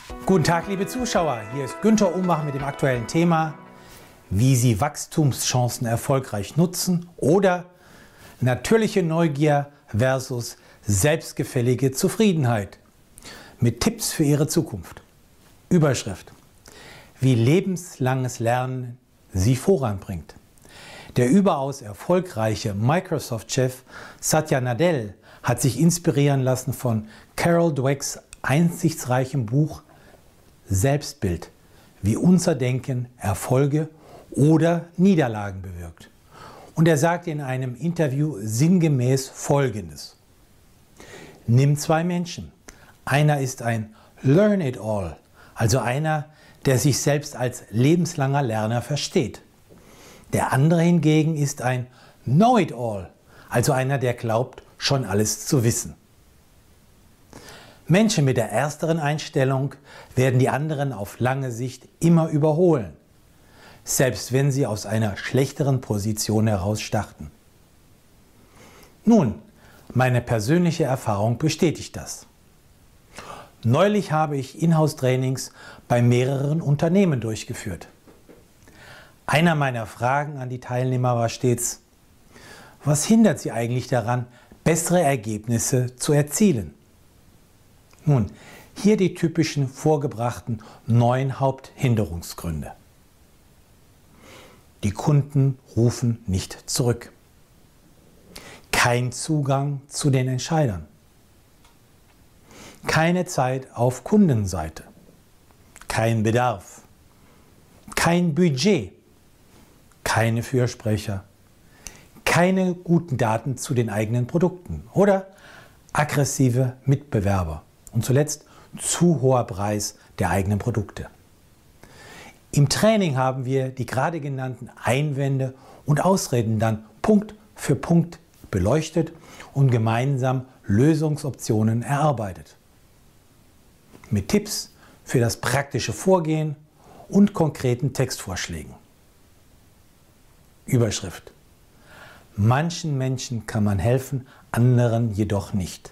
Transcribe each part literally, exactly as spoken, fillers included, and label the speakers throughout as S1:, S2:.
S1: Guten Tag, liebe Zuschauer. Hier ist Günther Umbach mit dem aktuellen Thema, wie Sie Wachstumschancen erfolgreich nutzen oder natürliche Neugier versus selbstgefällige Zufriedenheit mit Tipps für Ihre Zukunft. Überschrift: Wie lebenslanges Lernen Sie voranbringt. Der überaus erfolgreiche Microsoft-Chef Satya Nadella hat sich inspirieren lassen von Carol Dwecks einsichtsreichem Buch Selbstbild, wie unser Denken Erfolge oder Niederlagen bewirkt. Und er sagte in einem Interview sinngemäß Folgendes: Nimm zwei Menschen. Einer ist ein Learn-it-all, also einer, der sich selbst als lebenslanger Lerner versteht. Der andere hingegen ist ein Know-it-all, also einer, der glaubt, schon alles zu wissen. Menschen mit der ersteren Einstellung werden die anderen auf lange Sicht immer überholen, selbst wenn sie aus einer schlechteren Position heraus starten. Nun, meine persönliche Erfahrung bestätigt das. Neulich habe ich Inhouse-Trainings bei mehreren Unternehmen durchgeführt. Einer meiner Fragen an die Teilnehmer war stets: Was hindert Sie eigentlich daran, bessere Ergebnisse zu erzielen? Nun, hier die typischen vorgebrachten neun Haupthinderungsgründe. Die Kunden rufen nicht zurück. Kein Zugang zu den Entscheidern. Keine Zeit auf Kundenseite. Kein Bedarf. Kein Budget. Keine Fürsprecher. Keine guten Daten zu den eigenen Produkten oder aggressive Mitbewerber. Und zuletzt zu hoher Preis der eigenen Produkte. Im Training haben wir die gerade genannten Einwände und Ausreden dann Punkt für Punkt beleuchtet und gemeinsam Lösungsoptionen erarbeitet. Mit Tipps für das praktische Vorgehen und konkreten Textvorschlägen. Überschrift: Manchen Menschen kann man helfen, anderen jedoch nicht.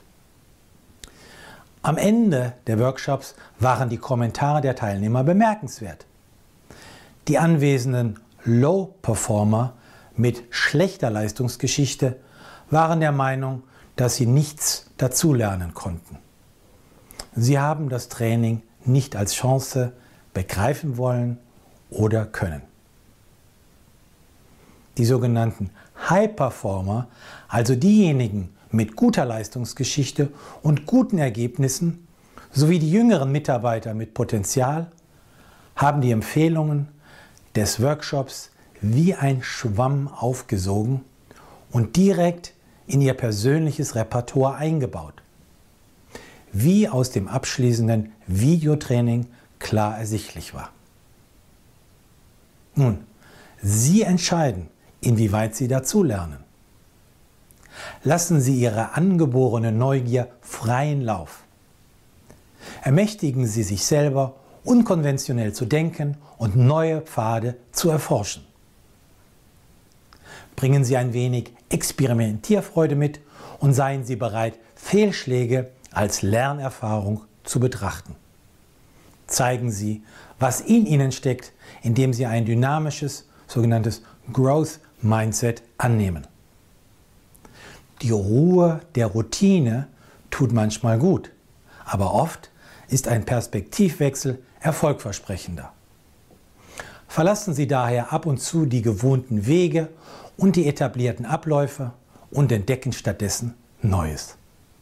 S1: Am Ende der Workshops waren die Kommentare der Teilnehmer bemerkenswert. Die anwesenden Low-Performer mit schlechter Leistungsgeschichte waren der Meinung, dass sie nichts dazulernen konnten. Sie haben das Training nicht als Chance begreifen wollen oder können. Die sogenannten High-Performer, also diejenigen mit guter Leistungsgeschichte und guten Ergebnissen, sowie die jüngeren Mitarbeiter mit Potenzial, haben die Empfehlungen des Workshops wie ein Schwamm aufgesogen und direkt in ihr persönliches Repertoire eingebaut. Wie aus dem abschließenden Videotraining klar ersichtlich war. Nun, Sie entscheiden, inwieweit Sie dazulernen. Lassen Sie Ihre angeborene Neugier freien Lauf. Ermächtigen Sie sich selber, unkonventionell zu denken und neue Pfade zu erforschen. Bringen Sie ein wenig Experimentierfreude mit und seien Sie bereit, Fehlschläge als Lernerfahrung zu betrachten. Zeigen Sie, was in Ihnen steckt, indem Sie ein dynamisches, sogenanntes Growth Mindset annehmen. Die Ruhe der Routine tut manchmal gut, aber oft ist ein Perspektivwechsel erfolgversprechender. Verlassen Sie daher ab und zu die gewohnten Wege und die etablierten Abläufe und entdecken stattdessen Neues.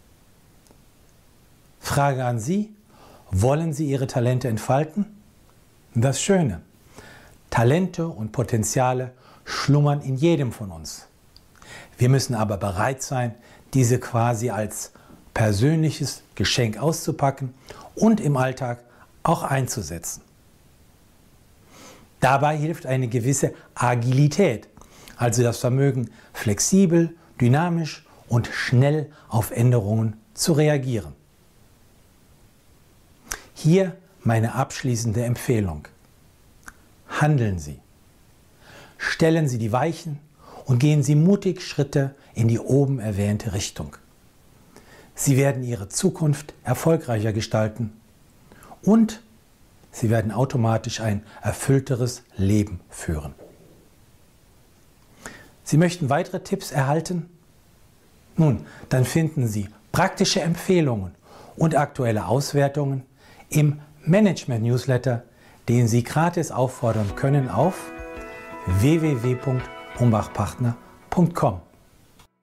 S1: Frage an Sie: Wollen Sie Ihre Talente entfalten? Das Schöne: Talente und Potenziale schlummern in jedem von uns. Wir müssen aber bereit sein, diese quasi als persönliches Geschenk auszupacken und im Alltag auch einzusetzen. Dabei hilft eine gewisse Agilität, also das Vermögen, flexibel, dynamisch und schnell auf Änderungen zu reagieren. Hier meine abschließende Empfehlung: Handeln Sie. Stellen Sie die Weichen und gehen Sie mutig Schritte in die oben erwähnte Richtung. Sie werden Ihre Zukunft erfolgreicher gestalten und Sie werden automatisch ein erfüllteres Leben führen. Sie möchten weitere Tipps erhalten? Nun, dann finden Sie praktische Empfehlungen und aktuelle Auswertungen im Management-Newsletter, den Sie gratis auffordern können auf w w w punkt umbachpartner punkt com.